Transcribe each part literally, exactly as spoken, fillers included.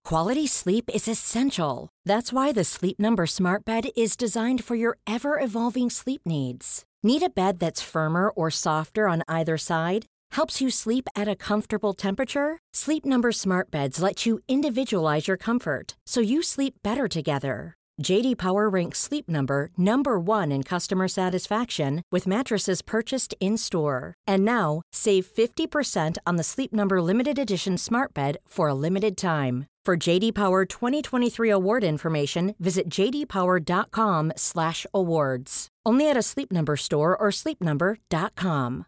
Quality sleep is essential. That's why the Sleep Number Smart Bed is designed for your ever-evolving sleep needs. Need a bed that's firmer or softer on either side? Helps you sleep at a comfortable temperature? Sleep Number Smart Beds let you individualize your comfort, so you sleep better together. J D Power ranks Sleep Number number one in customer satisfaction with mattresses purchased in-store. And now, save fifty percent on the Sleep Number Limited Edition Smart Bed for a limited time. For J D Power twenty twenty-three award information, visit j d power dot com slash awards. Only at a Sleep Number store or sleep number dot com.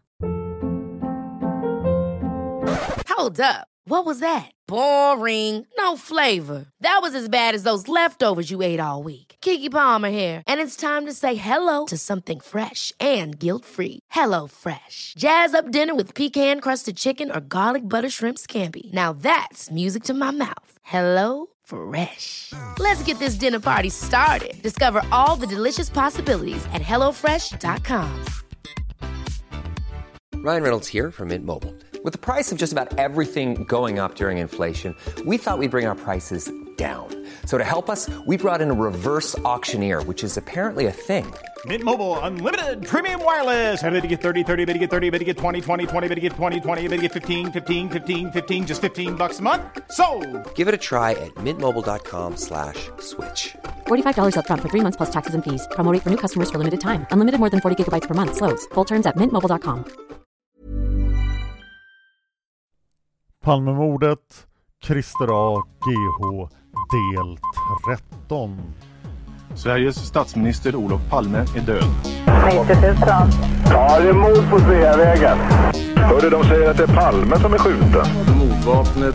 Hold up. What was that? Boring. No flavor. That was as bad as those leftovers you ate all week. Keke Palmer here, and it's time to say hello to something fresh and guilt-free. Hello Fresh. Jazz up dinner with pecan-crusted chicken or garlic butter shrimp scampi. Now that's music to my mouth. Hello Fresh. Let's get this dinner party started. Discover all the delicious possibilities at hello fresh dot com. Ryan Reynolds here from Mint Mobile. With the price of just about everything going up during inflation, we thought we'd bring our prices down. So to help us, we brought in a reverse auctioneer, which is apparently a thing. Mint Mobile Unlimited Premium Wireless. How to get thirty, thirty, how to get thirty, how to get twenty, twenty, twenty, how to get twenty, twenty, how to get fifteen, fifteen, fifteen, fifteen, just fifteen bucks a month? Sold! Give it a try at mintmobile.com slash switch. forty-five dollars up front for three months plus taxes and fees. Promo rate for new customers for limited time. Unlimited more than forty gigabytes per month. Slows full terms at mint mobile dot com. Palmemordet, Christer A. G H, del tretton. Sveriges statsminister Olof Palme är död. nittio tusen. Ja, det är mord på Sveavägen. Hörde de säger att det är Palme som är skjuten. Mordvapnet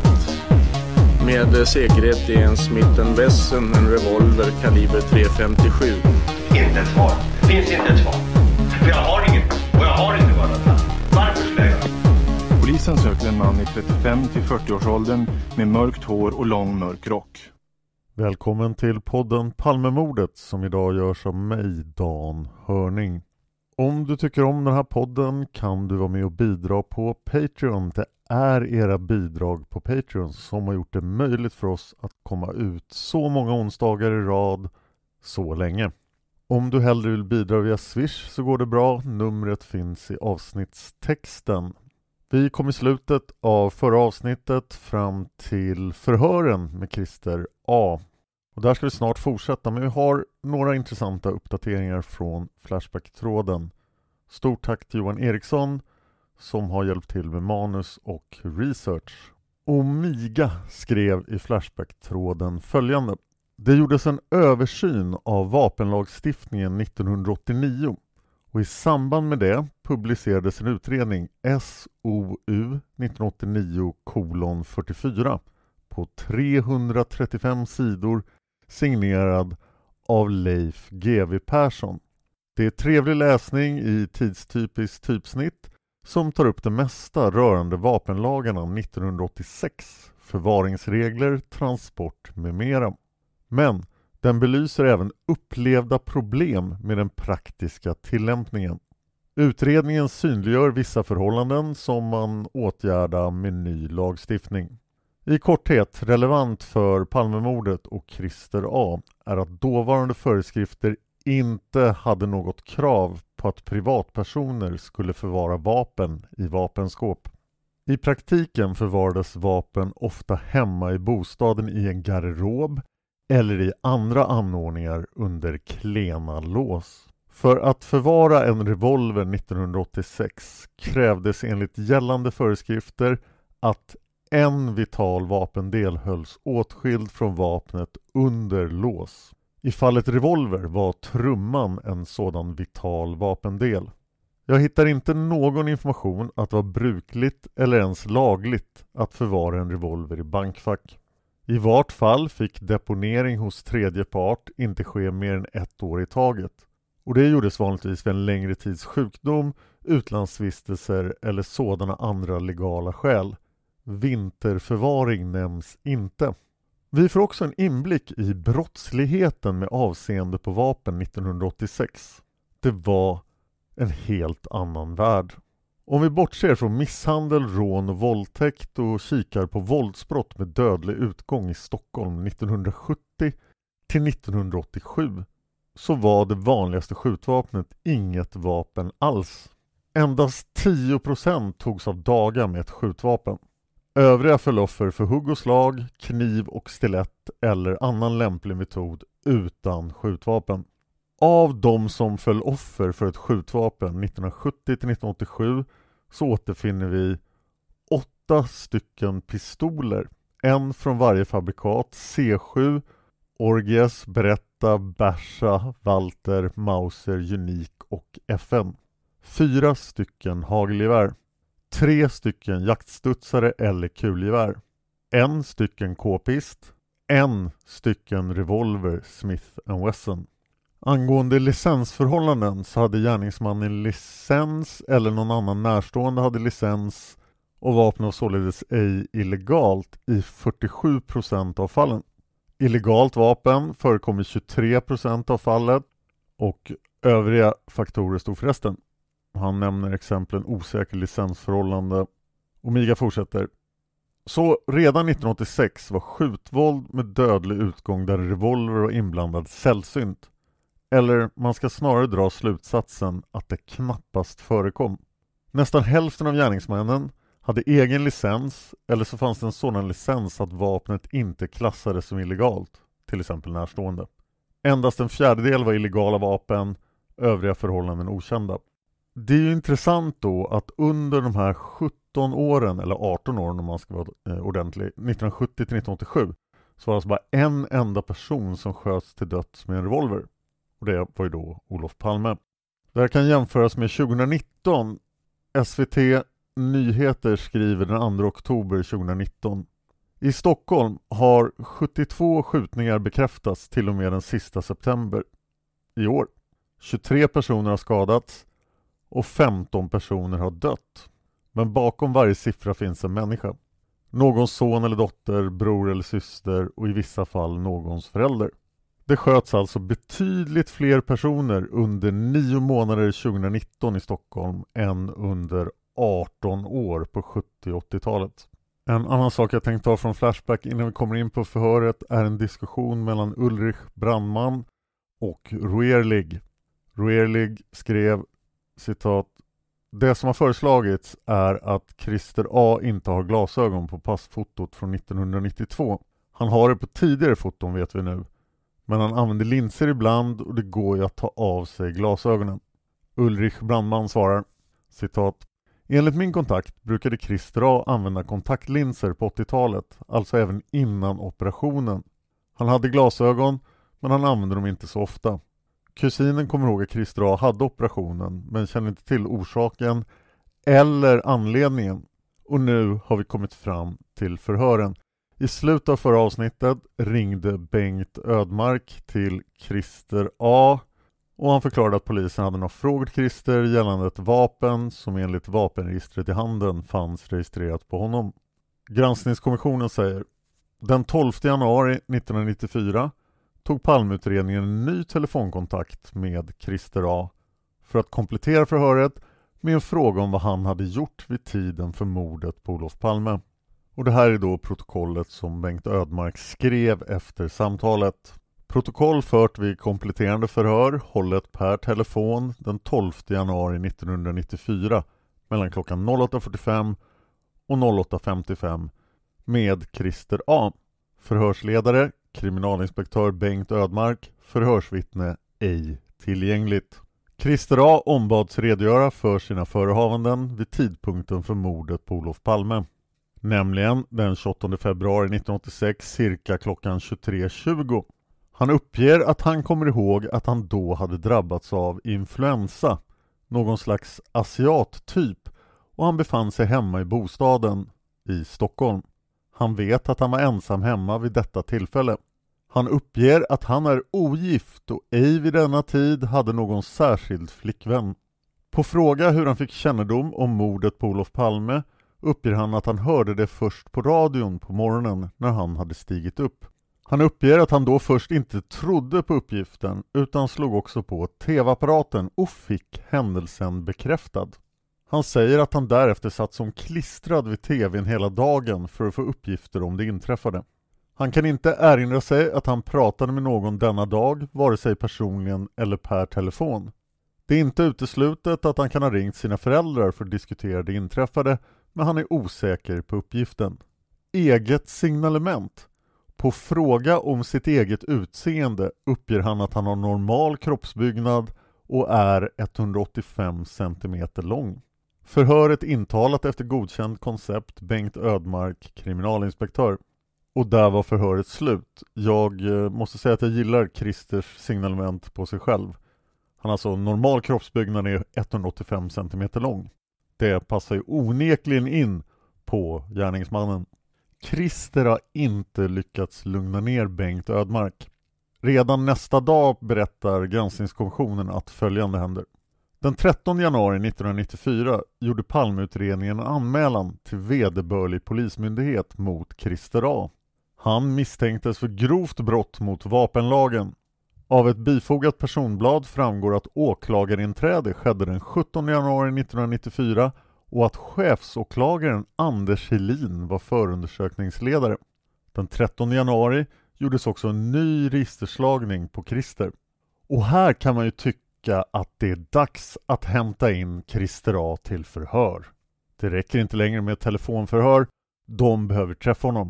med säkerhet är en Smith and Wesson, en revolver kaliber tre femtiosju. Inte ett svar. Finns inte ett svar. För jag har inget. Och jag har inte varit. Varför skulle jag göra? Polisen söker en man i trettiofem till fyrtio-årsåldern med mörkt hår och lång mörk rock. Välkommen till podden Palmemordet som idag görs av mig, Dan Hörning. Om du tycker om den här podden kan du vara med och bidra på Patreon. Det är era bidrag på Patreon som har gjort det möjligt för oss att komma ut så många onsdagar i rad så länge. Om du hellre vill bidra via Swish så går det bra. Numret finns i avsnittstexten. Vi kom i slutet av förra avsnittet fram till förhören med Christer A. Och där ska vi snart fortsätta, men vi har några intressanta uppdateringar från Flashback-tråden. Stort tack till Johan Eriksson som har hjälpt till med manus och research. Omiga skrev i Flashback-tråden följande. Det gjordes en översyn av vapenlagstiftningen nittonhundraåttionio. Och i samband med det publicerades en utredning S O U nittonhundraåttionio kolon fyrtiofyra på trehundratrettiofem sidor signerad av Leif G W Persson. Det är trevlig läsning i tidstypiskt typsnitt som tar upp det mesta rörande vapenlagarna nittonhundraåttiosex, förvaringsregler, transport med mera. Men den belyser även upplevda problem med den praktiska tillämpningen. Utredningen synliggör vissa förhållanden som man åtgärdar med ny lagstiftning. I korthet, relevant för Palmemordet och Christer A. är att dåvarande föreskrifter inte hade något krav på att privatpersoner skulle förvara vapen i vapenskåp. I praktiken förvarades vapen ofta hemma i bostaden i en garderob eller i andra anordningar under klena lås. För att förvara en revolver nittonhundraåttiosex krävdes enligt gällande föreskrifter att en vital vapendel hölls åtskild från vapnet under lås. I fallet revolver var trumman en sådan vital vapendel. Jag hittar inte någon information att det var brukligt eller ens lagligt att förvara en revolver i bankfack. I vart fall fick deponering hos tredje part inte ske mer än ett år i taget. Och det gjordes vanligtvis vid en längre tids sjukdom, utlandsvistelser eller sådana andra legala skäl. Vinterförvaring nämns inte. Vi får också en inblick i brottsligheten med avseende på vapen nittonhundraåttiosex. Det var en helt annan värld. Om vi bortser från misshandel, rån och våldtäkt och kikar på våldsbrott med dödlig utgång i Stockholm nittonhundrasjuttio till nittonhundraåttiosju så var det vanligaste skjutvapnet inget vapen alls. Endast tio procent togs av dagar med ett skjutvapen. Övriga föll offer för hugg och slag, kniv och stilett eller annan lämplig metod utan skjutvapen. Av de som föll offer för ett skjutvapen nittonhundrasjuttio till nittonhundraåttiosju så återfinner vi åtta stycken pistoler. En från varje fabrikat, C sju, Orges, Beretta, Bersa, Walter, Mauser, Unique och F N. Fyra stycken hagelgevär. Tre stycken jaktstudsare eller kulgevär. En stycken k-pist. En stycken revolver Smith and Wesson. Angående licensförhållanden så hade gärningsmannen licens eller någon annan närstående hade licens och vapnet var således ej illegalt i fyrtiosju procent av fallen. Illegalt vapen förekom i tjugotre procent av fallet och övriga faktorer stod för resten. Han nämner exemplen osäker licensförhållande. Omiga fortsätter. Så redan nittonhundraåttiosex var skjutvåld med dödlig utgång där revolver var inblandad sällsynt. Eller man ska snarare dra slutsatsen att det knappast förekom. Nästan hälften av gärningsmännen hade egen licens eller så fanns det en sådan licens att vapnet inte klassades som illegalt, till exempel närstående. Endast en fjärdedel var illegala vapen, övriga förhållanden okända. Det är ju intressant då att under de här sjutton åren, eller arton åren om man ska vara eh, ordentlig, nittonhundrasjuttio till nittonhundraåttiosju så var det alltså bara en enda person som sköts till döds med en revolver. Och det var ju då Olof Palme. Det här kan jämföras med tjugonitton. S V T Nyheter skriver den andra oktober tjugonitton. I Stockholm har sjuttiotvå skjutningar bekräftats till och med den sista september i år. tjugotre personer har skadats och femton personer har dött. Men bakom varje siffra finns en människa. Någons son eller dotter, bror eller syster och i vissa fall någons förälder. Det sköts alltså betydligt fler personer under nio månader tjugonitton i Stockholm än under arton år på sjuttio- och åttiotalet. En annan sak jag tänkte ta från Flashback innan vi kommer in på förhöret är en diskussion mellan Ulrich Brandman och Roerlig. Roerlig skrev, citat, det som har föreslagits är att Christer A inte har glasögon på passfotot från nittonhundranittiotvå. Han har det på tidigare foton vet vi nu. Men han använder linser ibland och det går ju att ta av sig glasögonen. Ulrich Brandman svarar, citat, enligt min kontakt brukade Christer A använda kontaktlinser på åttiotalet, alltså även innan operationen. Han hade glasögon, men han använde dem inte så ofta. Kusinen kommer ihåg att Christer A hade operationen, men känner inte till orsaken eller anledningen. Och nu har vi kommit fram till förhören. I slutet av förra avsnittet ringde Bengt Ödmark till Christer A och han förklarade att polisen hade några frågor till Christer gällande ett vapen som enligt vapenregistret i handen fanns registrerat på honom. Granskningskommissionen säger, den tolfte januari nittonhundranittiofyra tog Palmeutredningen en ny telefonkontakt med Christer A för att komplettera förhöret med en fråga om vad han hade gjort vid tiden för mordet på Olof Palme. Och det här är då protokollet som Bengt Ödmark skrev efter samtalet. Protokoll fört vid kompletterande förhör hållet per telefon den tolfte januari nittonhundranittiofyra mellan klockan åtta fyrtiofem och åtta femtiofem med Christer A. Förhörsledare, kriminalinspektör Bengt Ödmark, förhörsvittne ej tillgängligt. Christer A ombads redogöra för sina förehavanden vid tidpunkten för mordet på Olof Palme. Nämligen den tjugoåttonde februari nittonhundraåttiosex cirka klockan tjugotre tjugo. Han uppger att han kommer ihåg att han då hade drabbats av influensa, någon slags asiattyp, och han befann sig hemma i bostaden i Stockholm. Han vet att han var ensam hemma vid detta tillfälle. Han uppger att han är ogift och ej vid denna tid hade någon särskild flickvän. På fråga hur han fick kännedom om mordet på Olof Palme uppger han att han hörde det först på radion på morgonen när han hade stigit upp. Han uppger att han då först inte trodde på uppgiften utan slog också på tv-apparaten och fick händelsen bekräftad. Han säger att han därefter satt som klistrad vid tvn hela dagen för att få uppgifter om det inträffade. Han kan inte erinra sig att han pratade med någon denna dag, vare sig personligen eller per telefon. Det är inte uteslutet att han kan ha ringt sina föräldrar för att diskutera det inträffade, men han är osäker på uppgiften. Eget signalement. På fråga om sitt eget utseende uppger han att han har normal kroppsbyggnad och är etthundraåttiofem centimeter lång. Förhöret intalat efter godkänt koncept Bengt Ödmark, kriminalinspektör. Och där var förhöret slut. Jag måste säga att jag gillar Christers signalement på sig själv. Han har alltså normal kroppsbyggnad är etthundraåttiofem centimeter lång. Det passar ju onekligen in på gärningsmannen. Christer har inte lyckats lugna ner Bengt Ödmark. Redan nästa dag berättar granskningskommissionen att följande händer. Den trettonde januari nittonhundranittiofyra gjorde Palmeutredningen en anmälan till vederbörlig polismyndighet mot Christer A. Han misstänktes för grovt brott mot vapenlagen. Av ett bifogat personblad framgår att åklagarinträde skedde den sjuttonde januari nittonhundranittiofyra och att chefsåklagaren Anders Helin var förundersökningsledare. Den trettonde januari gjordes också en ny registerslagning på Christer. Och här kan man ju tycka att det är dags att hämta in Christer A till förhör. Det räcker inte längre med telefonförhör, de behöver träffa honom.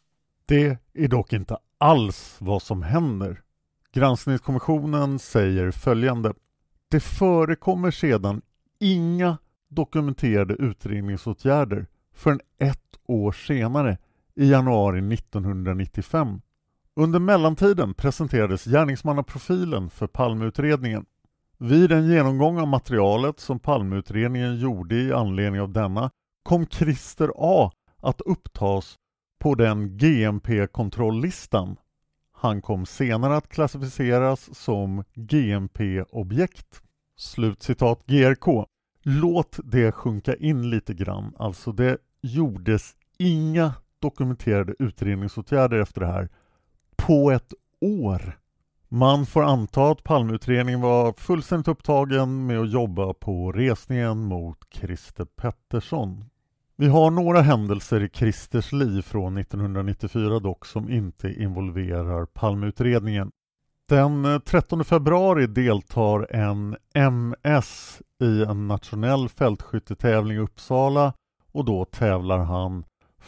Det är dock inte alls vad som händer. Granskningskommissionen säger följande. Det förekommer sedan inga dokumenterade utredningsåtgärder förrän ett år senare i januari nittonhundranittiofem. Under mellantiden presenterades gärningsmannaprofilen för Palmeutredningen. Vid en genomgång av materialet som Palmeutredningen gjorde i anledning av denna kom Christer A att upptas på den G M P-kontrolllistan. Han kom senare att klassificeras som G M P-objekt. Slutcitat G R K. Låt det sjunka in lite grann. Alltså det gjordes inga dokumenterade utredningsåtgärder efter det här på ett år. Man får anta att Palmeutredningen var fullständigt upptagen med att jobba på resningen mot Christer Pettersson. Vi har några händelser i Christers liv från nittonhundranittiofyra dock som inte involverar Palmeutredningen. Den trettonde februari deltar en M S i en nationell fältskyttetävling i Uppsala och då tävlar han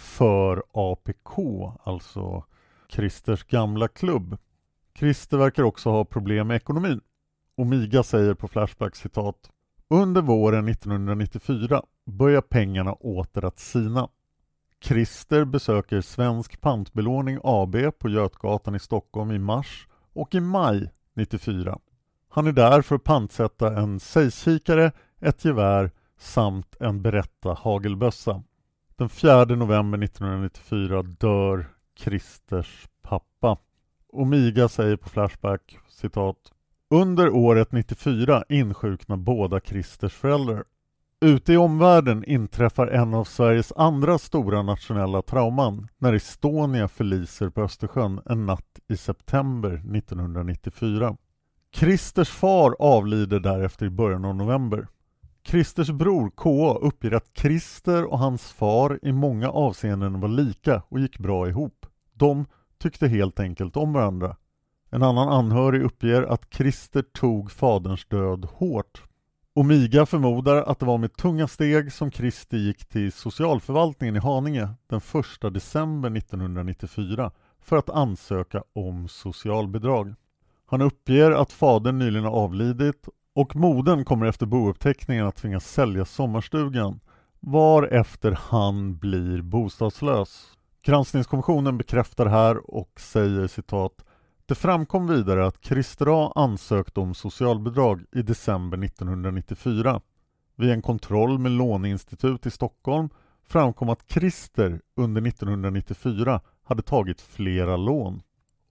för A P K, alltså Christers gamla klubb. Christer verkar också ha problem med ekonomin. Omiga säger på Flashback citat: under våren nittonhundranittiofyra börjar pengarna åter att sina. Christer besöker Svensk Pantbelåning A B på Götgatan i Stockholm i mars och i maj nittiofyra. Han är där för att pantsätta en sejskikare, ett gevär samt en Beretta hagelbössa. Den fjärde november nittonhundranittiofyra dör Christers pappa. Omiga säger på Flashback citat: under året nittiofyra insjuknar båda Christers föräldrar. Ute i omvärlden inträffar en av Sveriges andra stora nationella trauman när Estonia förliser på Östersjön en natt i september nittonhundranittiofyra. Christers far avlider därefter i början av november. Christers bror K uppger att Christer och hans far i många avseenden var lika och gick bra ihop. De tyckte helt enkelt om varandra. En annan anhörig uppger att Christer tog faderns död hårt. Omiga förmodar att det var med tunga steg som Christer gick till socialförvaltningen i Haninge den första december nittonhundranittiofyra för att ansöka om socialbidrag. Han uppger att fadern nyligen har avlidit och modern kommer efter bouppteckningen att tvingas sälja sommarstugan, varefter han blir bostadslös. Granskningskommissionen bekräftar här och säger citat: det framkom vidare att Christer A ansökte om socialbidrag i december nittonhundranittiofyra. Vid en kontroll med låneinstitut i Stockholm framkom att Christer under nittonhundranittiofyra hade tagit flera lån.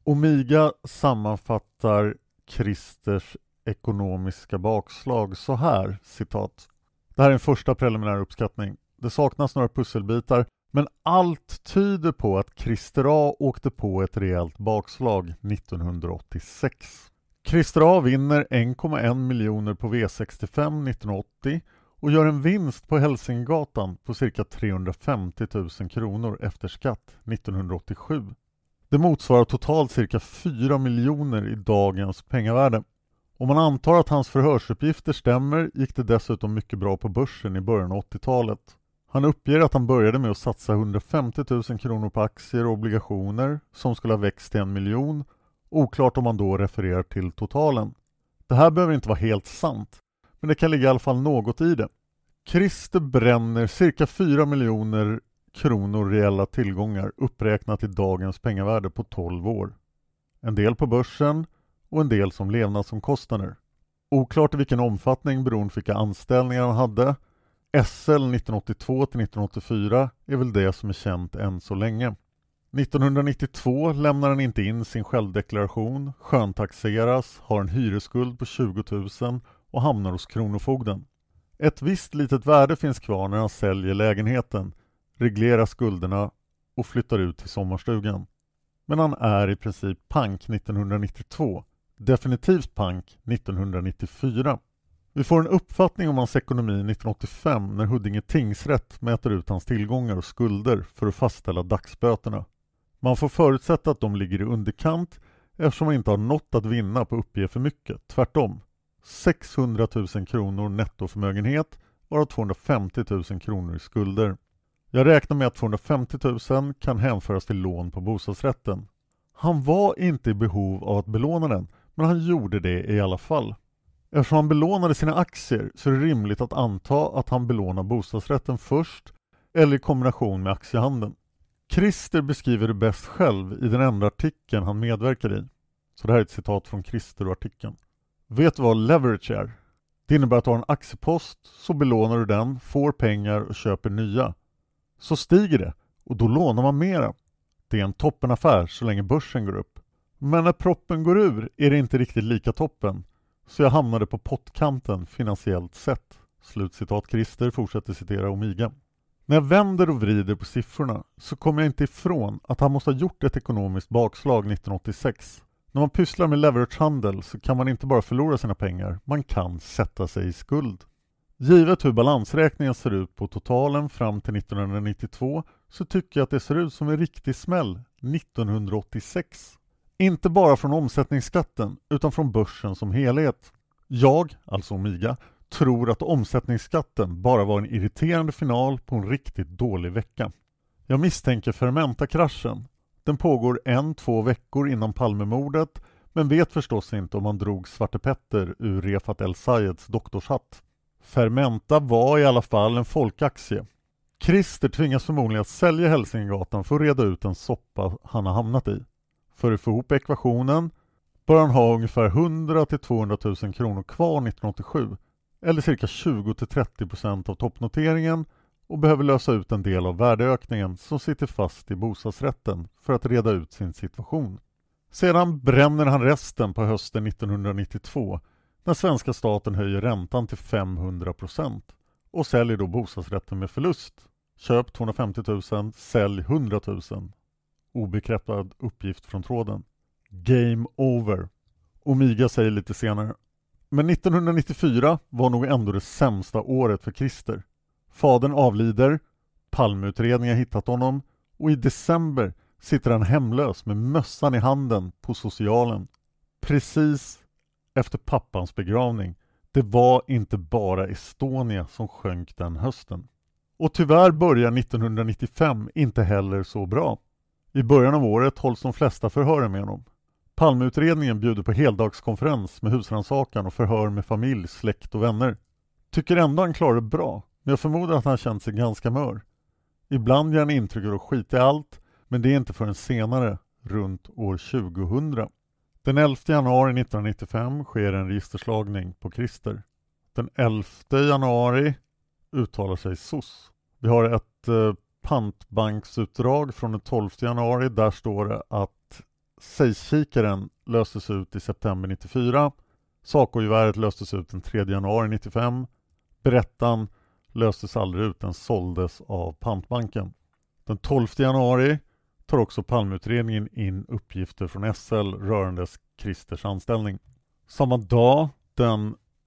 Omiga sammanfattar Christers ekonomiska bakslag så här, citat: det här är en första preliminär uppskattning. Det saknas några pusselbitar, men allt tyder på att Christer A åkte på ett rejält bakslag nittonhundraåttiosex. Christer A vinner en komma en miljoner på V sextiofem nittonhundraåttio och gör en vinst på Hälsingegatan på cirka trehundrafemtio tusen kronor efter skatt nittonhundraåttiosju. Det motsvarar totalt cirka fyra miljoner i dagens pengavärde. Om man antar att hans förhörsuppgifter stämmer gick det dessutom mycket bra på börsen i början av åttiotalet. Han uppger att han började med att satsa hundrafemtio tusen kronor på aktier och obligationer som skulle ha växt till en miljon. Oklart om man då refererar till totalen. Det här behöver inte vara helt sant, men det kan ligga i alla fall något i det. Christer bränner cirka fyra miljoner kronor reella tillgångar uppräknat i dagens pengavärde på tolv år. En del på börsen och en del som levnadsomkostnader. Oklart i vilken omfattning beroende på vilka anställningar han hade. S L nittonhundraåttiotvå till nittonhundraåttiofyra är väl det som är känt än så länge. nittonhundranittiotvå lämnar han inte in sin självdeklaration, sköntaxeras, har en hyresskuld på tjugo tusen och hamnar hos kronofogden. Ett visst litet värde finns kvar när han säljer lägenheten, reglerar skulderna och flyttar ut till sommarstugan. Men han är i princip pank nittonhundranittiotvå, definitivt pank nittonhundranittiofyra. Vi får en uppfattning om hans ekonomi nittonhundraåttiofem när Huddinge tingsrätt mäter ut hans tillgångar och skulder för att fastställa dagsböterna. Man får förutsätta att de ligger i underkant eftersom man inte har något att vinna på att uppge för mycket. Tvärtom, sexhundra tusen kronor nettoförmögenhet varav tvåhundrafemtio tusen kronor i skulder. Jag räknar med att tvåhundrafemtio tusen kan hänföras till lån på bostadsrätten. Han var inte i behov av att belåna den, men han gjorde det i alla fall. Eftersom han belånade sina aktier så är det rimligt att anta att han belånar bostadsrätten först eller i kombination med aktiehandeln. Christer beskriver det bäst själv i den enda artikeln han medverkar i. Så det här är ett citat från Christer och artikeln. Vet du vad leverage är? Det innebär att du har en aktiepost, så belånar du den, får pengar och köper nya. Så stiger det och då lånar man mera. Det är en toppenaffär så länge börsen går upp. Men när proppen går ur är det inte riktigt lika toppen. Så jag hamnade på pottkanten finansiellt sett. Slutcitat. Christer fortsätter citera Omiga. När jag vänder och vrider på siffrorna så kommer jag inte ifrån att han måste ha gjort ett ekonomiskt bakslag nittonhundraåttiosex. När man pysslar med leveragehandel så kan man inte bara förlora sina pengar, man kan sätta sig i skuld. Givet hur balansräkningen ser ut på totalen fram till nittonhundranittiotvå så tycker jag att det ser ut som en riktig smäll nittonhundraåttiosex. Inte bara från omsättningsskatten utan från börsen som helhet. Jag, alltså Omiga, tror att omsättningsskatten bara var en irriterande final på en riktigt dålig vecka. Jag misstänker Fermenta-kraschen. Den pågår en, två veckor innan Palmemordet men vet förstås inte om man drog Svarte Petter ur Refat El Sayeds doktorshatt. Fermenta var i alla fall en folkaktie. Christer tvingas förmodligen att sälja Hälsingegatan för att reda ut en soppa han har hamnat i. För att få ihop ekvationen bör han ha ungefär hundra till tvåhundra tusen kronor kvar nittonhundraåttiosju eller cirka tjugo till trettio procent av toppnoteringen och behöver lösa ut en del av värdeökningen som sitter fast i bostadsrätten för att reda ut sin situation. Sedan bränner han resten på hösten nittonhundranittiotvå när svenska staten höjer räntan till femhundra procent och säljer då bostadsrätten med förlust. Köp tvåhundrafemtio tusen, sälj hundra tusen. Obekräftad uppgift från tråden. Game over. Omiga säger lite senare. Men nittonhundranittiofyra var nog ändå det sämsta året för Christer. Fadern avlider, Palmeutredningen har hittat honom och i december sitter han hemlös med mössan i handen på socialen. Precis efter pappans begravning. Det var inte bara Estonia som sjönk den hösten. Och tyvärr börjar nittonhundranittiofem inte heller så bra. I början av året hålls de flesta förhören med honom. Palmeutredningen bjuder på heldagskonferens med husrannsakan och förhör med familj, släkt och vänner. Tycker ändå han klarar det bra, men jag förmodar att han känt sig ganska mör. Ibland ger han intryck av att skita i allt, men det är inte förrän senare, runt år tjugohundra. Den elfte januari nittonhundranittiofem sker en registerslagning på Christer. Den elfte januari uttalar sig S O S. Vi har ett eh, pantbanksutdrag från den tolfte januari. Där står det att Sejskikaren löstes ut i september nittiofyra. Sakogeväret löstes ut den tredje januari nittiofem. Berättan löstes aldrig ut, den såldes av pantbanken. Den tolfte januari tar också Palmeutredningen in uppgifter från S L rörande Christers anställning. Samma dag, den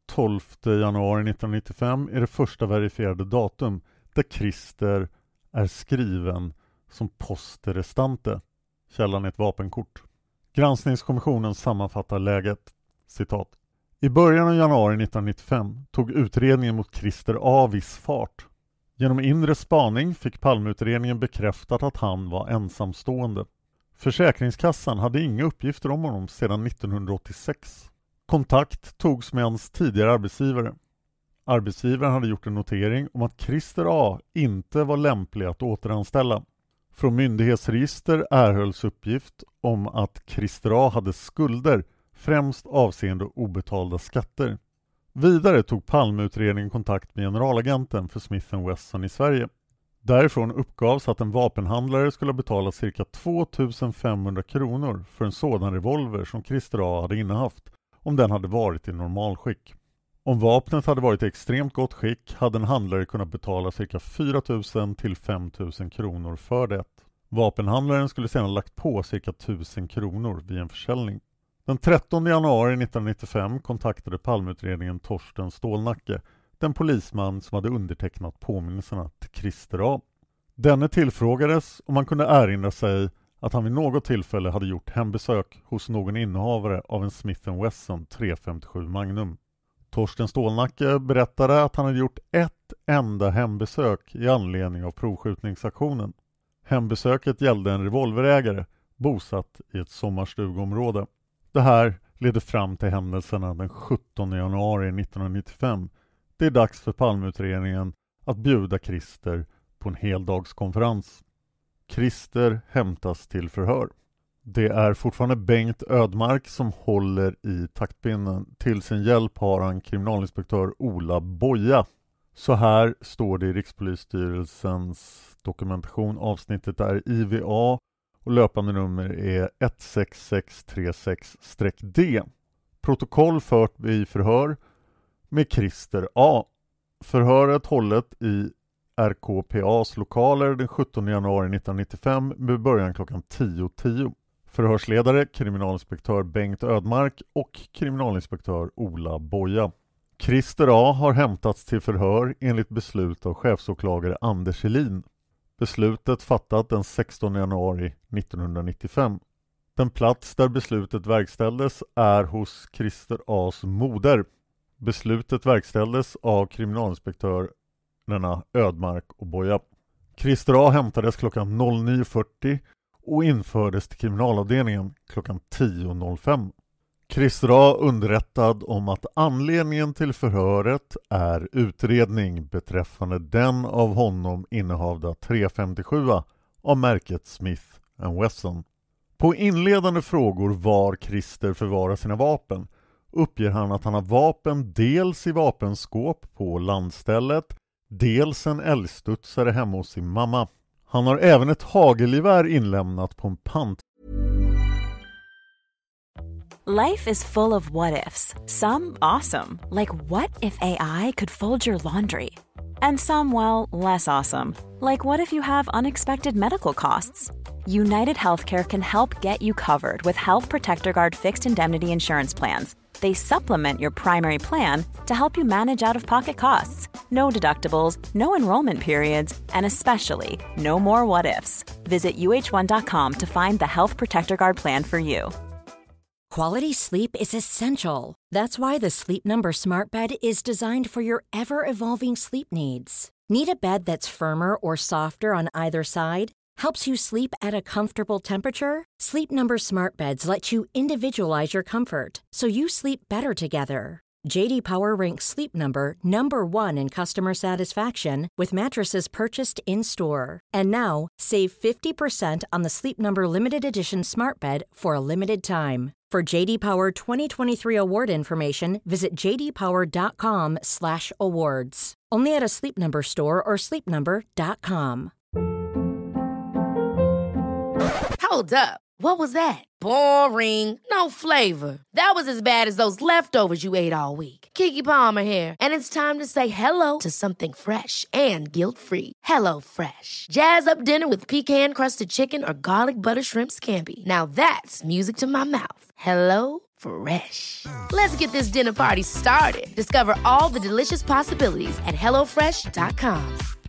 tolfte januari nittonhundranittiofem är det första verifierade datum där Christer är skriven som poste restante. Källan är ett vapenkort. Granskningskommissionen sammanfattar läget. Citat. I början av januari nittonhundranittiofem tog utredningen mot Christer A viss fart. Genom inre spaning fick Palmeutredningen bekräftat att han var ensamstående. Försäkringskassan hade inga uppgifter om honom sedan nittonhundraåttiosex. Kontakt togs med hans tidigare arbetsgivare. Arbetsgivaren hade gjort en notering om att Christer A inte var lämplig att återanställa. Från myndighetsregister erhölls uppgift om att Christer A hade skulder, främst avseende obetalda skatter. Vidare tog Palmeutredningen kontakt med generalagenten för Smith and Wesson i Sverige. Därifrån uppgavs att en vapenhandlare skulle betala cirka tvåtusen femhundra kronor för en sådan revolver som Christer A hade innehaft, om den hade varit i normalskick. Om vapnet hade varit i extremt gott skick hade en handlare kunnat betala cirka fyra tusen till fem tusen kronor för det. Vapenhandlaren skulle sedan lagt på cirka tusen kronor vid en försäljning. Den trettonde januari nittonhundranittiofem kontaktade Palmeutredningen Torsten Stålnacke, den polisman som hade undertecknat påminnelserna till Christer A. Denne tillfrågades om man kunde erinra sig att han vid något tillfälle hade gjort hembesök hos någon innehavare av en Smith and Wesson tre femtiosju Magnum. Torsten Stålnacke berättade att han hade gjort ett enda hembesök i anledning av provskjutningsaktionen. Hembesöket gällde en revolverägare bosatt i ett sommarstugområde. Det här leder fram till händelserna den sjuttonde januari nittonhundranittiofem. Det är dags för Palmeutredningen att bjuda Christer på en heldagskonferens. Christer hämtas till förhör. Det är fortfarande Bengt Ödmark som håller i taktpinnen. Till sin hjälp har han kriminalinspektör Ola Boja. Så här står det i Rikspolisstyrelsens dokumentation. Avsnittet är I V A och löpande nummer är ett sex sex tre sex D. Protokoll fört i förhör med Christer A. Förhöret hållet i R K P A:s lokaler den sjuttonde januari nittonhundranittiofem med början klockan tio tio. Förhörsledare kriminalinspektör Bengt Ödmark och kriminalinspektör Ola Boja. Christer A har hämtats till förhör enligt beslut av chefsåklagare Anders Helin. Beslutet fattat den sextonde januari nittonhundranittiofem. Den plats där beslutet verkställdes är hos Christer A:s moder. Beslutet verkställdes av kriminalinspektörerna Ödmark och Boja. Christer A hämtades klockan nio fyrtio och infördes till kriminalavdelningen klockan tio fem. Christer A underrättad om att anledningen till förhöret är utredning beträffande den av honom innehavda tre femtiosju av märket Smith and Wesson. På inledande frågor var Christer förvarar sina vapen uppger han att han har vapen dels i vapenskåp på landstället, dels en älgstudsare hemma hos sin mamma. Han har även ett hagelgevär inlämnat på en pant. Life is full of what-ifs. Some awesome, like what if A I could fold your laundry? And some, well, less awesome, like what if you have unexpected medical costs? United Healthcare can help get you covered with Health Protector Guard fixed indemnity insurance plans. They supplement your primary plan to help you manage out-of-pocket costs. No deductibles, no enrollment periods, and especially no more what-ifs. Visit U H one dot com to find the Health Protector Guard plan for you. Quality sleep is essential. That's why the Sleep Number Smart Bed is designed for your ever-evolving sleep needs. Need a bed that's firmer or softer on either side? Helps you sleep at a comfortable temperature? Sleep Number Smart Beds let you individualize your comfort so you sleep better together. J D Power ranks Sleep Number number one in customer satisfaction with mattresses purchased in-store. And now, save fifty percent on the Sleep Number Limited Edition Smart Bed for a limited time. For J D Power twenty twenty-three award information, visit j d power dot com slash awards. Only at a Sleep Number store or sleep number dot com. Hold up. What was that? Boring. No flavor. That was as bad as those leftovers you ate all week. Keke Palmer here, and it's time to say hello to something fresh and guilt-free. Hello Fresh. Jazz up dinner with pecan-crusted chicken or garlic butter shrimp scampi. Now that's music to my mouth. Hello Fresh. Let's get this dinner party started. Discover all the delicious possibilities at hello fresh dot com.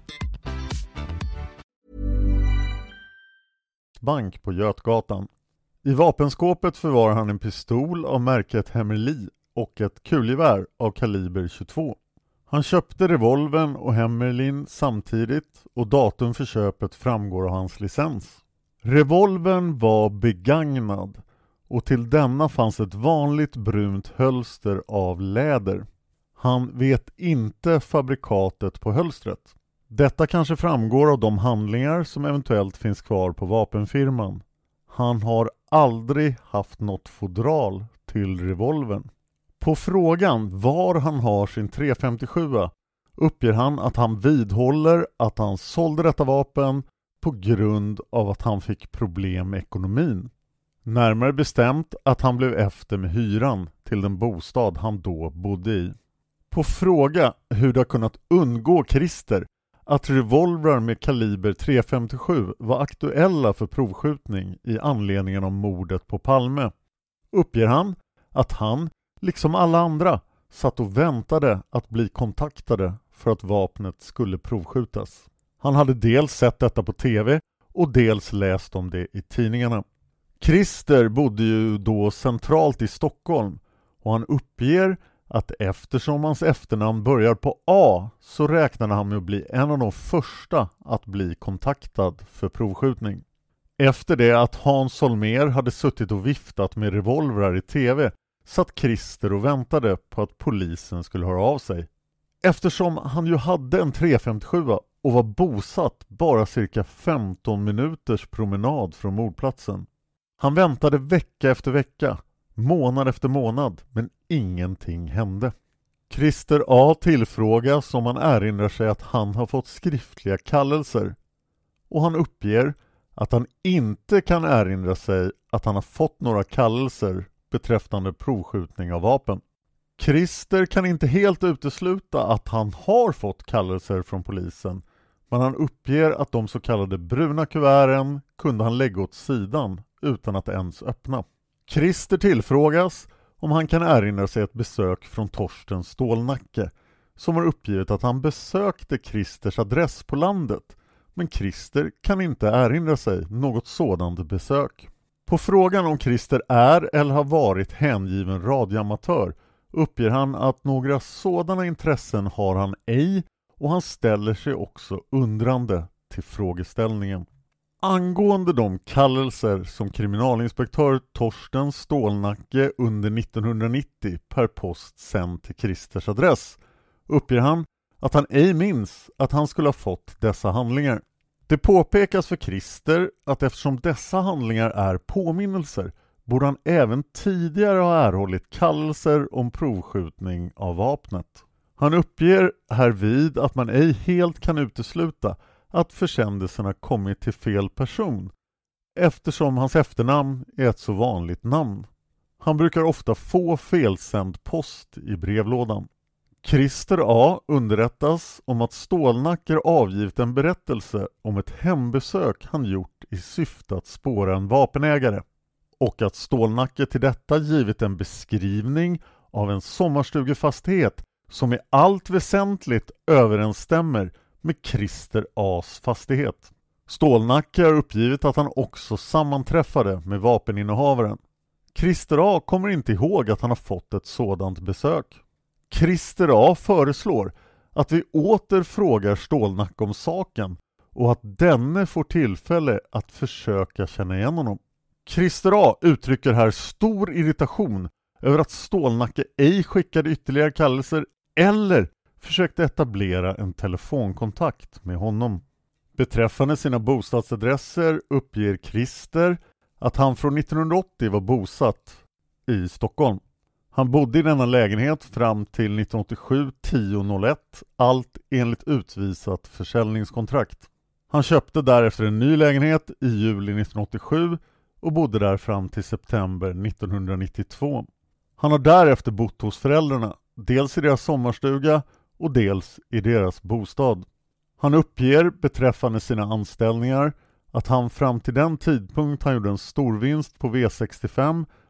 Bank på Götgatan. I vapenskåpet förvarar han en pistol av märket Hemmerli och ett kulgevär av kaliber tjugotvå. Han köpte revolvern och Hemmerlin samtidigt och datum för köpet framgår av hans licens. Revolvern var begagnad och till denna fanns ett vanligt brunt hölster av läder. Han vet inte fabrikatet på hölstret. Detta kanske framgår av de handlingar som eventuellt finns kvar på vapenfirman. Han har aldrig haft något fodral till revolvern. På frågan var han har sin tre femtiosju uppger han att han vidhåller att han sålde detta vapen på grund av att han fick problem med ekonomin. Närmare bestämt att han blev efter med hyran till den bostad han då bodde i. På fråga hur det har kunnat undgå Christer att revolvrar med kaliber tre femtiosju var aktuella för provskjutning i anledningen av mordet på Palme uppger han att han, liksom alla andra, satt och väntade att bli kontaktade för att vapnet skulle provskjutas. Han hade dels sett detta på tv och dels läst om det i tidningarna. Christer bodde ju då centralt i Stockholm och han uppger att eftersom hans efternamn börjar på A så räknade han med att bli en av de första att bli kontaktad för provskjutning. Efter det att Hans Holmér hade suttit och viftat med revolvrar i tv satt Christer och väntade på att polisen skulle höra av sig. Eftersom han ju hade en tre femtiosju och var bosatt bara cirka femton minuters promenad från mordplatsen. Han väntade vecka efter vecka, månad efter månad, men ingenting hände. Christer A tillfrågas om han erinrar sig att han har fått skriftliga kallelser och han uppger att han inte kan erinra sig att han har fått några kallelser beträffande provskjutning av vapen. Christer kan inte helt utesluta att han har fått kallelser från polisen, men han uppger att de så kallade bruna kuverten kunde han lägga åt sidan utan att ens öppna. Christer tillfrågas om han kan erinra sig ett besök från Torsten Stålnacke som har uppgivit att han besökte Christers adress på landet, men Christer kan inte erinra sig något sådant besök. På frågan om Christer är eller har varit hängiven radioamatör uppger han att några sådana intressen har han ej och han ställer sig också undrande till frågeställningen. Angående de kallelser som kriminalinspektör Torsten Stålnacke under nittonhundranittio per post sänd till Christers adress uppger han att han ej minns att han skulle ha fått dessa handlingar. Det påpekas för Christer att eftersom dessa handlingar är påminnelser borde han även tidigare ha erhållit kallelser om provskjutning av vapnet. Han uppger härvid att man ej helt kan utesluta att försändelserna kommit till fel person eftersom hans efternamn är ett så vanligt namn. Han brukar ofta få felsänd post i brevlådan. Christer A underrättas om att Stålnacke avgivit en berättelse om ett hembesök han gjort i syfte att spåra en vapenägare och att Stålnacke till detta givit en beskrivning av en sommarstugefastighet som i allt väsentligt överensstämmer med Christer A's fastighet. Stålnacke har uppgivit att han också sammanträffade med vapeninnehavaren. Christer A kommer inte ihåg att han har fått ett sådant besök. Christer A föreslår att vi åter frågar Stålnacke om saken och att denne får tillfälle att försöka känna igen honom. Christer A uttrycker här stor irritation över att Stålnacke ej skickade ytterligare kallelser eller försökte etablera en telefonkontakt med honom. Beträffande sina bostadsadresser uppger Christer att han från nittonhundraåttio var bosatt i Stockholm. Han bodde i denna lägenhet fram till nittonhundraåttiosju tio noll ett, allt enligt utvisat försäljningskontrakt. Han köpte därefter en ny lägenhet i juli nittonhundraåttiosju och bodde där fram till september nittonhundranittiotvå. Han har därefter bott hos föräldrarna, dels i deras sommarstuga och dels i deras bostad. Han uppger beträffande sina anställningar att han fram till den tidpunkt han gjorde en storvinst på V sextiofem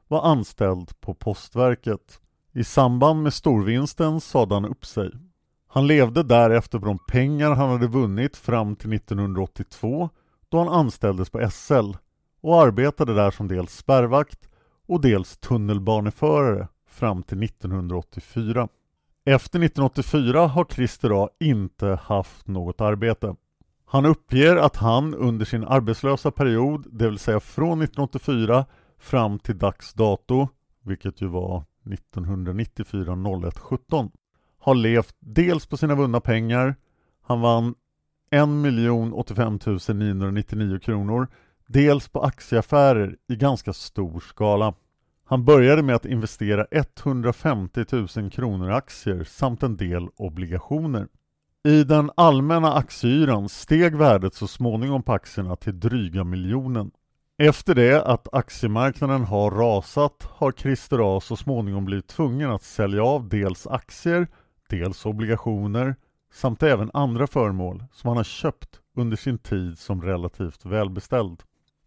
var anställd på Postverket. I samband med storvinsten sade han upp sig. Han levde därefter på de pengar han hade vunnit fram till nittonhundraåttiotvå då han anställdes på S L och arbetade där som dels spärrvakt och dels tunnelbaneförare fram till nittonhundraåttiofyra. Efter nittonhundraåttiofyra har Christer A inte haft något arbete. Han uppger att han under sin arbetslösa period, det vill säga från nittonhundraåttiofyra fram till dags dato, vilket ju var nittonhundranittiofyra ett sjutton, har levt dels på sina vunna pengar. Han vann en miljon åttiofem tusen niohundranittionio kronor, dels på aktieaffärer i ganska stor skala. Han började med att investera etthundrafemtio tusen kronor i aktier samt en del obligationer. I den allmänna aktieyran steg värdet så småningom på aktierna till dryga miljonen. Efter det att aktiemarknaden har rasat har Christer A så småningom blivit tvungen att sälja av dels aktier, dels obligationer samt även andra föremål som han har köpt under sin tid som relativt välbeställd.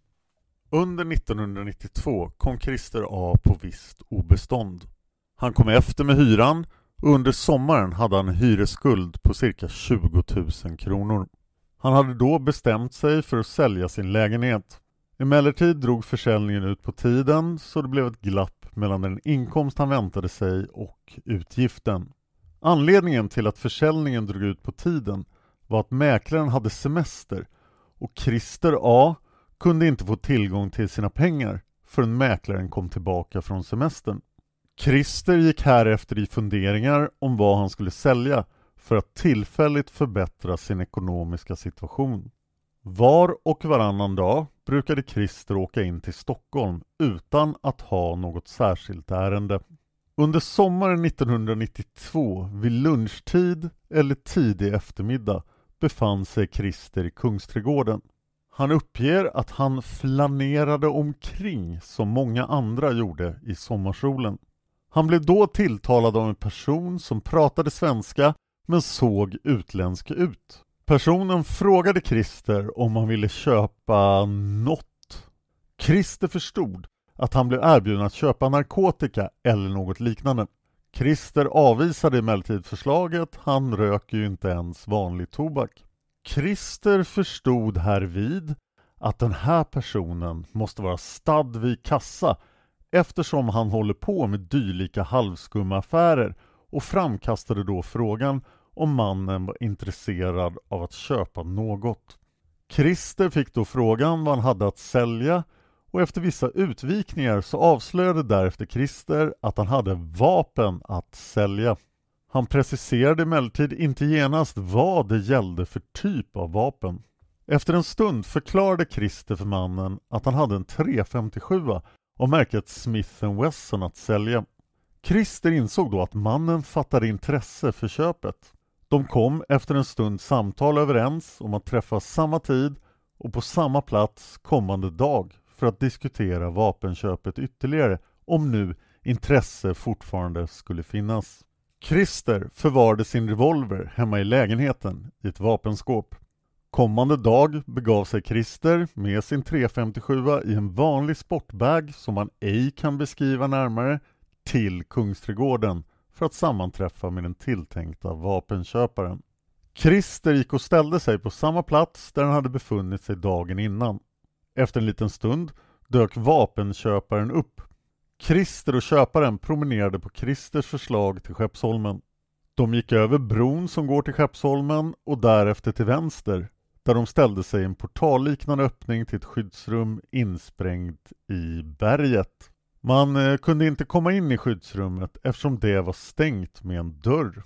Under nittonhundranittiotvå kom Christer A på visst obestånd. Han kom efter med hyran och under sommaren hade han en hyresskuld på cirka tjugo tusen kronor. Han hade då bestämt sig för att sälja sin lägenhet. Emellertid drog försäljningen ut på tiden så det blev ett glapp mellan den inkomst han väntade sig och utgiften. Anledningen till att försäljningen drog ut på tiden var att mäklaren hade semester och Christer A kunde inte få tillgång till sina pengar förrän mäklaren kom tillbaka från semestern. Christer gick härefter i funderingar om vad han skulle sälja för att tillfälligt förbättra sin ekonomiska situation. Var och varannan dag brukade Christer åka in till Stockholm utan att ha något särskilt ärende. Under sommaren nittonhundranittiotvå vid lunchtid eller tidig eftermiddag befann sig Christer i Kungsträdgården. Han uppger att han flanerade omkring som många andra gjorde i sommarsolen. Han blev då tilltalad av en person som pratade svenska men såg utländsk ut. Personen frågade Christer om han ville köpa något. Christer förstod att han blev erbjuden att köpa narkotika eller något liknande. Christer avvisade emellertid förslaget, han röker ju inte ens vanlig tobak. Christer förstod härvid att den här personen måste vara stadd vid kassa eftersom han håller på med dylika halvskumma affärer och framkastade då frågan om mannen var intresserad av att köpa något. Christer fick då frågan vad han hade att sälja och efter vissa utvikningar så avslöjade därefter Christer att han hade vapen att sälja. Han preciserade emellertid inte genast vad det gällde för typ av vapen. Efter en stund förklarade Christer för mannen att han hade en tre femtiosju och märket Smith and Wesson att sälja. Christer insåg då att mannen fattade intresse för köpet. De kom efter en stund samtal överens om att träffas samma tid och på samma plats kommande dag för att diskutera vapenköpet ytterligare om nu intresse fortfarande skulle finnas. Christer förvarade sin revolver hemma i lägenheten i ett vapenskåp. Kommande dag begav sig Christer med sin tre femtiosju i en vanlig sportbag som man ej kan beskriva närmare till Kungsträdgården för att sammanträffa med den tilltänkta vapenköparen. Christer gick och ställde sig på samma plats där han hade befunnit sig dagen innan. Efter en liten stund dök vapenköparen upp. Christer och köparen promenerade på Christers förslag till Skeppsholmen. De gick över bron som går till Skeppsholmen och därefter till vänster, där de ställde sig i en portalliknande öppning till ett skyddsrum insprängt i berget. Man eh, kunde inte komma in i skyddsrummet eftersom det var stängt med en dörr.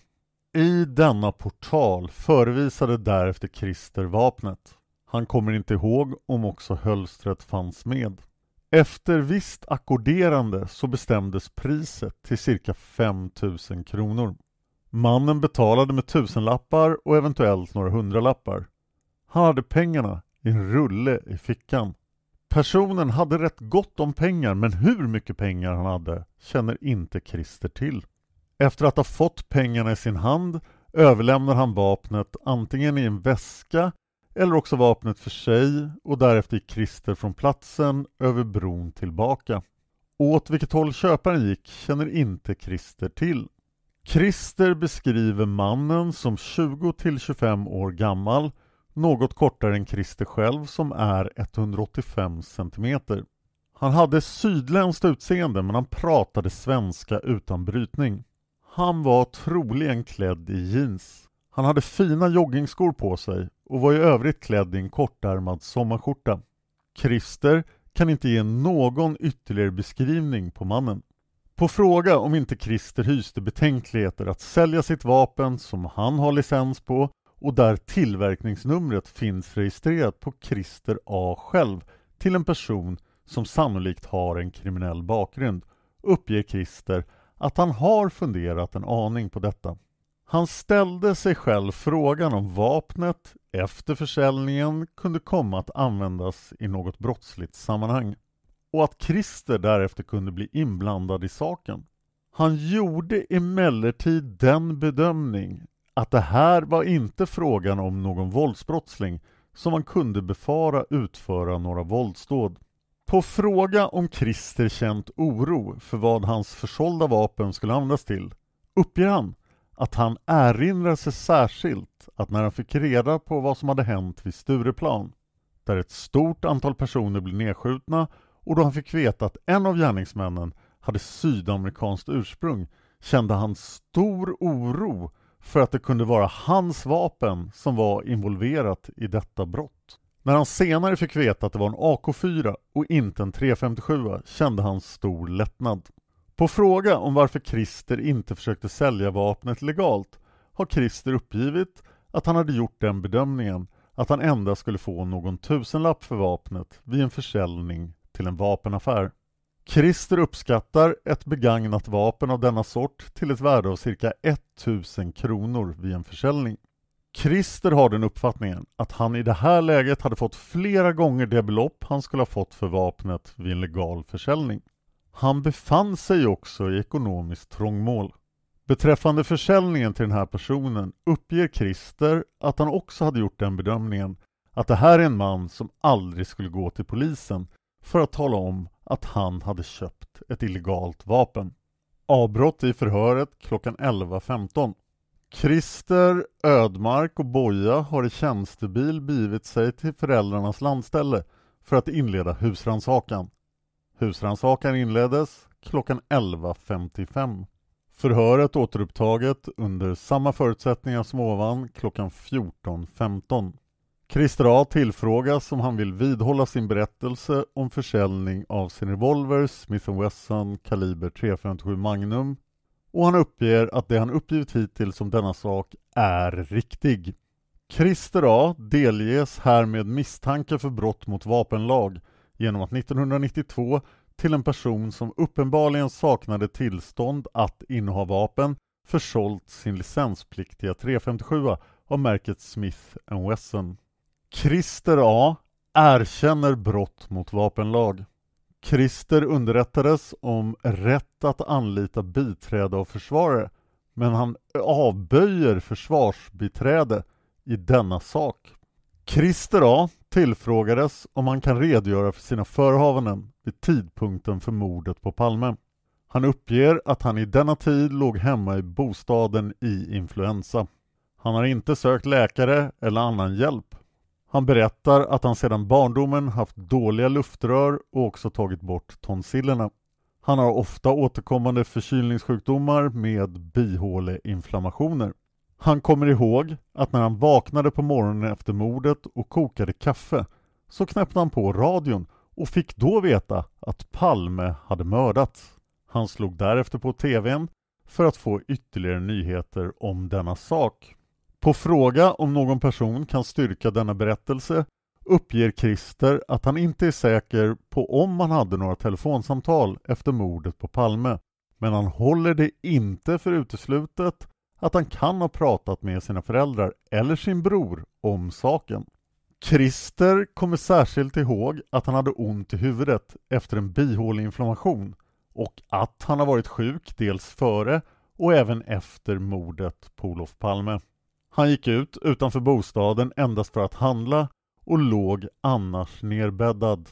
I denna portal förevisade därefter Christer vapnet. Han kommer inte ihåg om också hölstret fanns med. Efter visst ackorderande så bestämdes priset till cirka fem tusen kronor. Mannen betalade med tusenlappar och eventuellt några hundralappar. Han hade pengarna i en rulle i fickan. Personen hade rätt gott om pengar, men hur mycket pengar han hade känner inte Christer till. Efter att ha fått pengarna i sin hand överlämnar han vapnet antingen i en väska eller också vapnet för sig och därefter gick Christer från platsen över bron tillbaka. Åt vilket håll köparen gick känner inte Christer till. Christer beskriver mannen som tjugo till tjugofem år gammal, något kortare än Christer själv som är etthundraåttiofem centimeter. Han hade sydländskt utseende men han pratade svenska utan brytning. Han var troligen klädd i jeans. Han hade fina joggingskor på sig och var i övrigt klädd i en kortärmad sommarskjorta. Christer kan inte ge någon ytterligare beskrivning på mannen. På fråga om inte Christer hyste betänkligheter att sälja sitt vapen som han har licens på och där tillverkningsnumret finns registrerat på Christer A själv till en person som sannolikt har en kriminell bakgrund, uppger Christer att han har funderat en aning på detta. Han ställde sig själv frågan om vapnet efter försäljningen kunde komma att användas i något brottsligt sammanhang och att Christer därefter kunde bli inblandad i saken. Han gjorde emellertid den bedömning att det här var inte frågan om någon våldsbrottsling som man kunde befara utföra några våldsdåd. På fråga om Christer känt oro för vad hans försålda vapen skulle användas till uppger han att han erinrar sig särskilt att när han fick reda på vad som hade hänt vid Stureplan, där ett stort antal personer blev nedskjutna och då han fick veta att en av gärningsmännen hade sydamerikanskt ursprung, kände han stor oro för att det kunde vara hans vapen som var involverat i detta brott. När han senare fick veta att det var en A K fyra och inte en tre femtiosju kände han stor lättnad. På fråga om varför Christer inte försökte sälja vapnet legalt har Christer uppgivit att han hade gjort den bedömningen att han endast skulle få någon tusenlapp för vapnet vid en försäljning till en vapenaffär. Christer uppskattar ett begagnat vapen av denna sort till ett värde av cirka tusen kronor vid en försäljning. Christer har den uppfattningen att han i det här läget hade fått flera gånger det belopp han skulle ha fått för vapnet vid en legal försäljning. Han befann sig också i ekonomiskt trångmål. Beträffande försäljningen till den här personen uppger Christer att han också hade gjort den bedömningen att det här är en man som aldrig skulle gå till polisen för att tala om att han hade köpt ett illegalt vapen. Avbrott i förhöret klockan elva femton. Christer, Ödmark och Boja har i tjänstebil bivit sig till föräldrarnas landställe för att inleda husrannsakan. Husrannsakan inleddes klockan elva femtiofem. Förhöret återupptaget under samma förutsättningar som ovan klockan fjorton femton. Christer A tillfrågas om han vill vidhålla sin berättelse om försäljning av sin revolver Smith and Wesson kaliber tre femtiosju Magnum och han uppger att det han uppgivit hittills om denna sak är riktig. Christer A delges härmed misstanke för brott mot vapenlag genom att nittonhundranittiotvå till en person som uppenbarligen saknade tillstånd att inneha vapen försålt sin licenspliktiga tre femtiosju av märket Smith and Wesson. Christer A erkänner brott mot vapenlag. Christer underrättades om rätt att anlita biträde av försvarare, men han avböjer försvarsbiträde i denna sak. Christer A tillfrågades om han kan redogöra för sina förehavanden vid tidpunkten för mordet på Palme. Han uppger att han i denna tid låg hemma i bostaden i influensa. Han har inte sökt läkare eller annan hjälp. Han berättar att han sedan barndomen haft dåliga luftrör och också tagit bort tonsillerna. Han har ofta återkommande förkylningssjukdomar med bihåleinflammationer. Han kommer ihåg att när han vaknade på morgonen efter mordet och kokade kaffe så knäppte han på radion och fick då veta att Palme hade mördats. Han slog därefter på tvn för att få ytterligare nyheter om denna sak. På fråga om någon person kan styrka denna berättelse uppger Christer att han inte är säker på om han hade några telefonsamtal efter mordet på Palme, men han håller det inte för uteslutet att han kan ha pratat med sina föräldrar eller sin bror om saken. Christer kommer särskilt ihåg att han hade ont i huvudet efter en bihåleinflammation och att han har varit sjuk dels före och även efter mordet på Olof Palme. Han gick ut utanför bostaden endast för att handla och låg annars nerbäddad.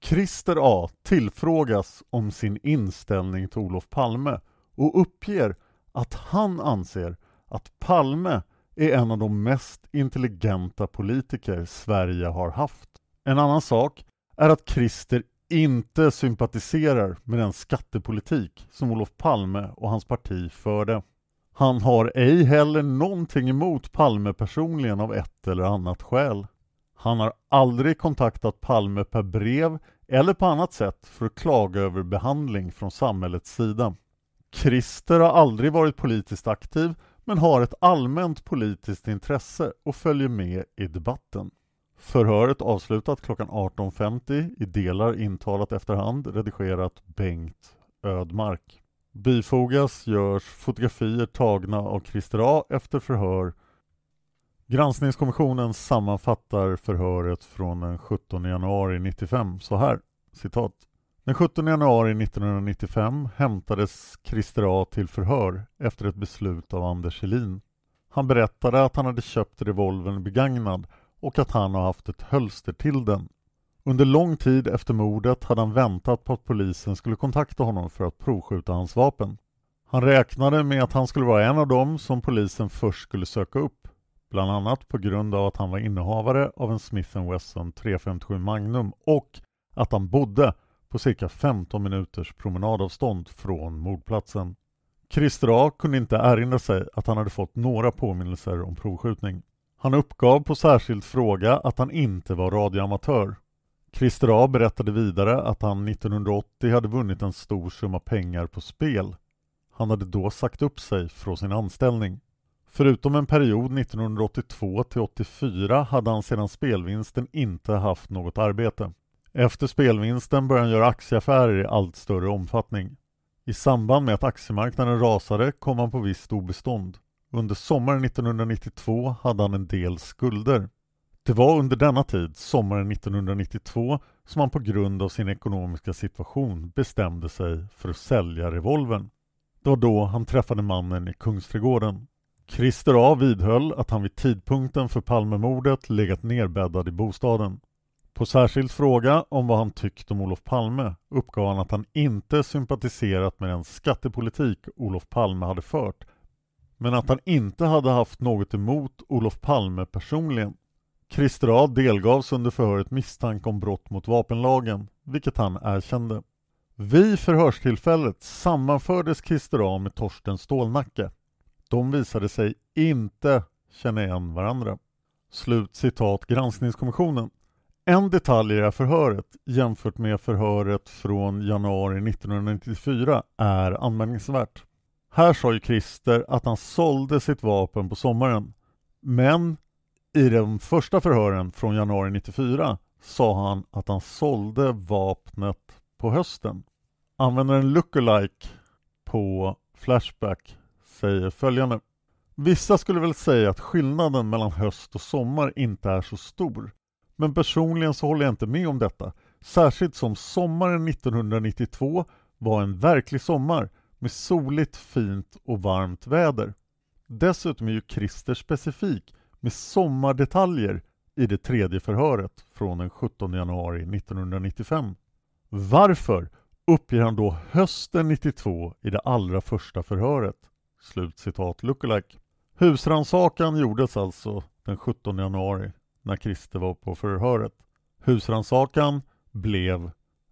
Christer A tillfrågas om sin inställning till Olof Palme och uppger att han anser att Palme är en av de mest intelligenta politiker Sverige har haft. En annan sak är att Christer inte sympatiserar med den skattepolitik som Olof Palme och hans parti förde. Han har ej heller någonting emot Palme personligen av ett eller annat skäl. Han har aldrig kontaktat Palme per brev eller på annat sätt för att klaga över behandling från samhällets sida. Christer har aldrig varit politiskt aktiv men har ett allmänt politiskt intresse och följer med i debatten. Förhöret avslutat klockan arton femtio i delar intalat efterhand, redigerat Bengt Ödmark. Bifogas görs fotografier tagna av Christer A efter förhör. Granskningskommissionen sammanfattar förhöret från den sjuttonde januari nittiofem så här, citat. Den sjuttonde januari nittonhundranittiofem hämtades Christer A till förhör efter ett beslut av Anders Helin. Han berättade att han hade köpt revolvern begagnad och att han har haft ett hölster till den. Under lång tid efter mordet hade han väntat på att polisen skulle kontakta honom för att provskjuta hans vapen. Han räknade med att han skulle vara en av dem som polisen först skulle söka upp, bland annat på grund av att han var innehavare av en Smith and Wesson tre femtiosju Magnum och att han bodde på cirka femton minuters promenadavstånd från mordplatsen. Christer A kunde inte erinra sig att han hade fått några påminnelser om provskjutning. Han uppgav på särskild fråga att han inte var radioamatör. Christer A berättade vidare att han nittonhundraåttio hade vunnit en stor summa pengar på spel. Han hade då sagt upp sig från sin anställning. Förutom en period nittonhundraåttiotvå till åttiofyra hade han sedan spelvinsten inte haft något arbete. Efter spelvinsten började han göra aktieaffärer i allt större omfattning. I samband med att aktiemarknaden rasade kom han på visst obestånd. Under sommaren nittonhundranittiotvå hade han en del skulder. Det var under denna tid, sommaren nittonhundranittiotvå, som han på grund av sin ekonomiska situation bestämde sig för att sälja revolvern. Det var då han träffade mannen i Kungsträdgården. Christer A vidhöll att han vid tidpunkten för Palmemordet legat nerbäddad i bostaden. På särskild fråga om vad han tyckte om Olof Palme uppgav han att han inte sympatiserat med den skattepolitik Olof Palme hade fört, men att han inte hade haft något emot Olof Palme personligen. Christer A delgavs under förhöret misstanke om brott mot vapenlagen, vilket han erkände. Vid förhörstillfället sammanfördes Christer A med Torsten Stålnacke. De visade sig inte känna igen varandra. Slut citat granskningskommissionen. En detalj i det här förhöret jämfört med förhöret från januari nittonhundranittiofyra är anmärkningsvärt. Här sa ju Christer att han sålde sitt vapen på sommaren. Men i de första förhören från januari nittiofyra sa han att han sålde vapnet på hösten. Användaren Lookalike på Flashback säger följande. Vissa skulle väl säga att skillnaden mellan höst och sommar inte är så stor. Men personligen så håller jag inte med om detta. Särskilt som sommaren nittonhundranittiotvå var en verklig sommar med soligt, fint och varmt väder. Dessutom är ju Christer specifik med sommardetaljer i det tredje förhöret från den sjuttonde januari nittonhundranittiofem. Varför uppger han då hösten nittiotvå i det allra första förhöret? Slut citat Lookalike. Husrannsakan gjordes alltså den sjuttonde januari när Christer var på förhöret. Husrannsakan blev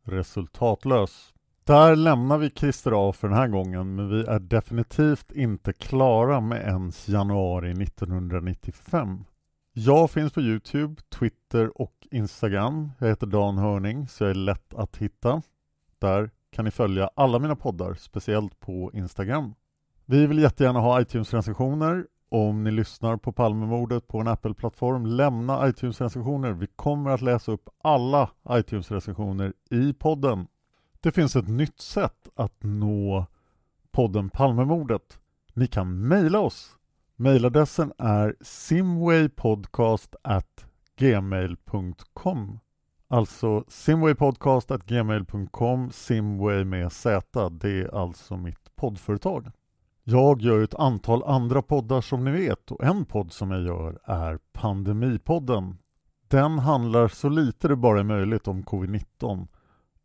resultatlös. Där lämnar vi Christer A för den här gången, men vi är definitivt inte klara med ens januari nittonhundranittiofem. Jag finns på YouTube, Twitter och Instagram. Jag heter Dan Hörning, så jag är lätt att hitta. Där kan ni följa alla mina poddar, speciellt på Instagram. Vi vill jättegärna ha iTunes-recensioner. Om ni lyssnar på Palmemordet på en Apple-plattform, lämna iTunes-recensioner. Vi kommer att läsa upp alla iTunes-recensioner i podden. Det finns ett nytt sätt att nå podden Palmemordet. Ni kan mejla oss. Mejladressen är simwaypodcast at gmail punkt com. Alltså simwaypodcast at gmail punkt com. Simway med Z. Det är alltså mitt poddföretag. Jag gör ett antal andra poddar som ni vet, och en podd som jag gör är Pandemipodden. Den handlar så lite det bara är möjligt om covid nitton.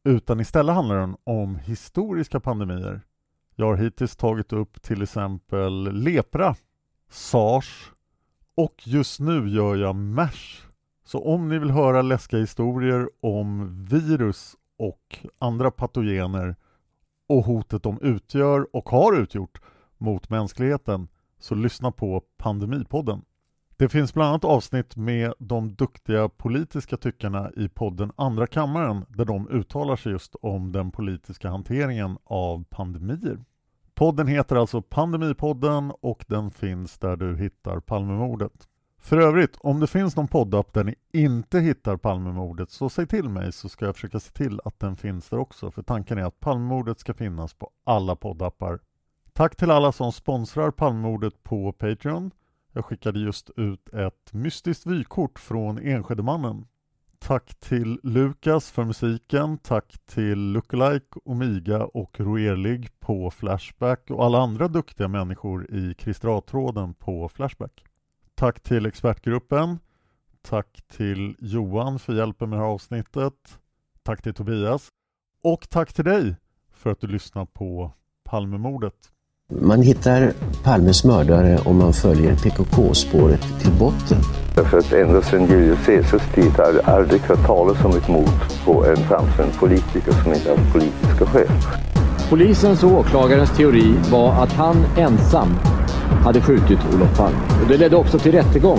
utan istället handlar den om historiska pandemier. Jag har hittills tagit upp till exempel lepra, SARS och just nu gör jag MERS. Så om ni vill höra läskiga historier om virus och andra patogener och hotet de utgör och har utgjort mot mänskligheten, så lyssna på Pandemipodden. Det finns bland annat avsnitt med de duktiga politiska tyckarna i podden Andra kammaren där de uttalar sig just om den politiska hanteringen av pandemier. Podden heter alltså Pandemipodden och den finns där du hittar Palmemordet. För övrigt, om det finns någon poddapp där ni inte hittar Palmemordet så säg till mig så ska jag försöka se till att den finns där också. För tanken är att Palmemordet ska finnas på alla poddappar. Tack till alla som sponsrar Palmemordet på Patreon. Jag skickade just ut ett mystiskt vykort från Enskede-mannen. Tack till Lukas för musiken. Tack till Lookalike, Omiga och Roerlig på Flashback och alla andra duktiga människor i Kristratråden på Flashback. Tack till expertgruppen. Tack till Johan för hjälpen med det här avsnittet. Tack till Tobias. Och tack till dig för att du lyssnar på Palmemordet. Man hittar Palmes mördare om man följer P K K-spåret till botten. Därför att ända sedan Julius Caesars tid har det aldrig hört talas om ett mord på en framstående politiker som inte har politiska skäl. Polisens och åklagarens teori var att han ensam hade skjutit Olof Palme. Och det ledde också till rättegång.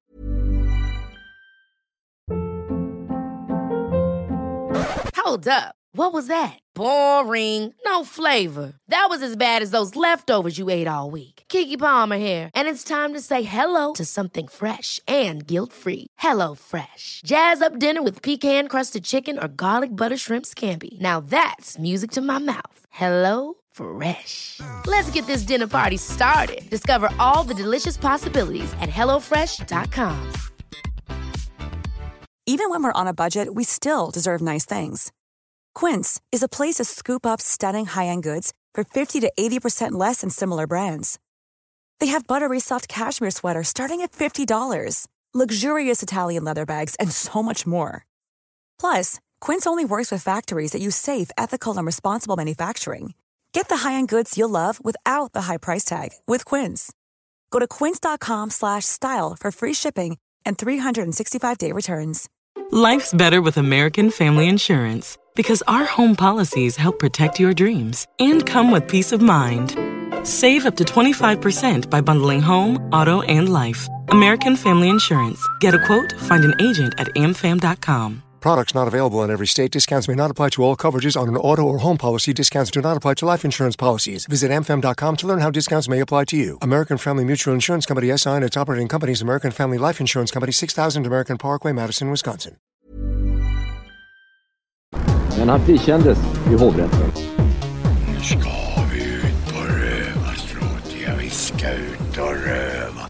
Hold up. What was that? Boring. No flavor. That was as bad as those leftovers you ate all week. Keke Palmer here. And it's time to say hello to something fresh and guilt-free. Hello Fresh. Jazz up dinner with pecan-crusted chicken or garlic butter shrimp scampi. Now that's music to my mouth. Hello Fresh. Let's get this dinner party started. Discover all the delicious possibilities at hello fresh dot com. Even when we're on a budget, we still deserve nice things. Quince is a place to scoop up stunning high-end goods for fifty to eighty percent less than similar brands. They have buttery soft cashmere sweaters starting at fifty dollars, luxurious Italian leather bags, and so much more. Plus, Quince only works with factories that use safe, ethical, and responsible manufacturing. Get the high-end goods you'll love without the high price tag with Quince. Go to quince.com slash style for free shipping and three sixty-five day returns. Life's better with American Family Insurance because our home policies help protect your dreams and come with peace of mind. Save up to twenty-five percent by bundling home, auto, and life. American Family Insurance. Get a quote, find an agent at a m fam dot com. Products not available in every state. Discounts may not apply to all coverages on an auto or home policy. Discounts do not apply to life insurance policies. Visit a m fam dot com to learn how discounts may apply to you. American Family Mutual Insurance Company S I and its operating companies American Family Life Insurance Company, six thousand American Parkway, Madison, Wisconsin. Men han frikändes i hovrätten. Nu ska vi ut på rövarstråt. Jag vi ska ut och röva.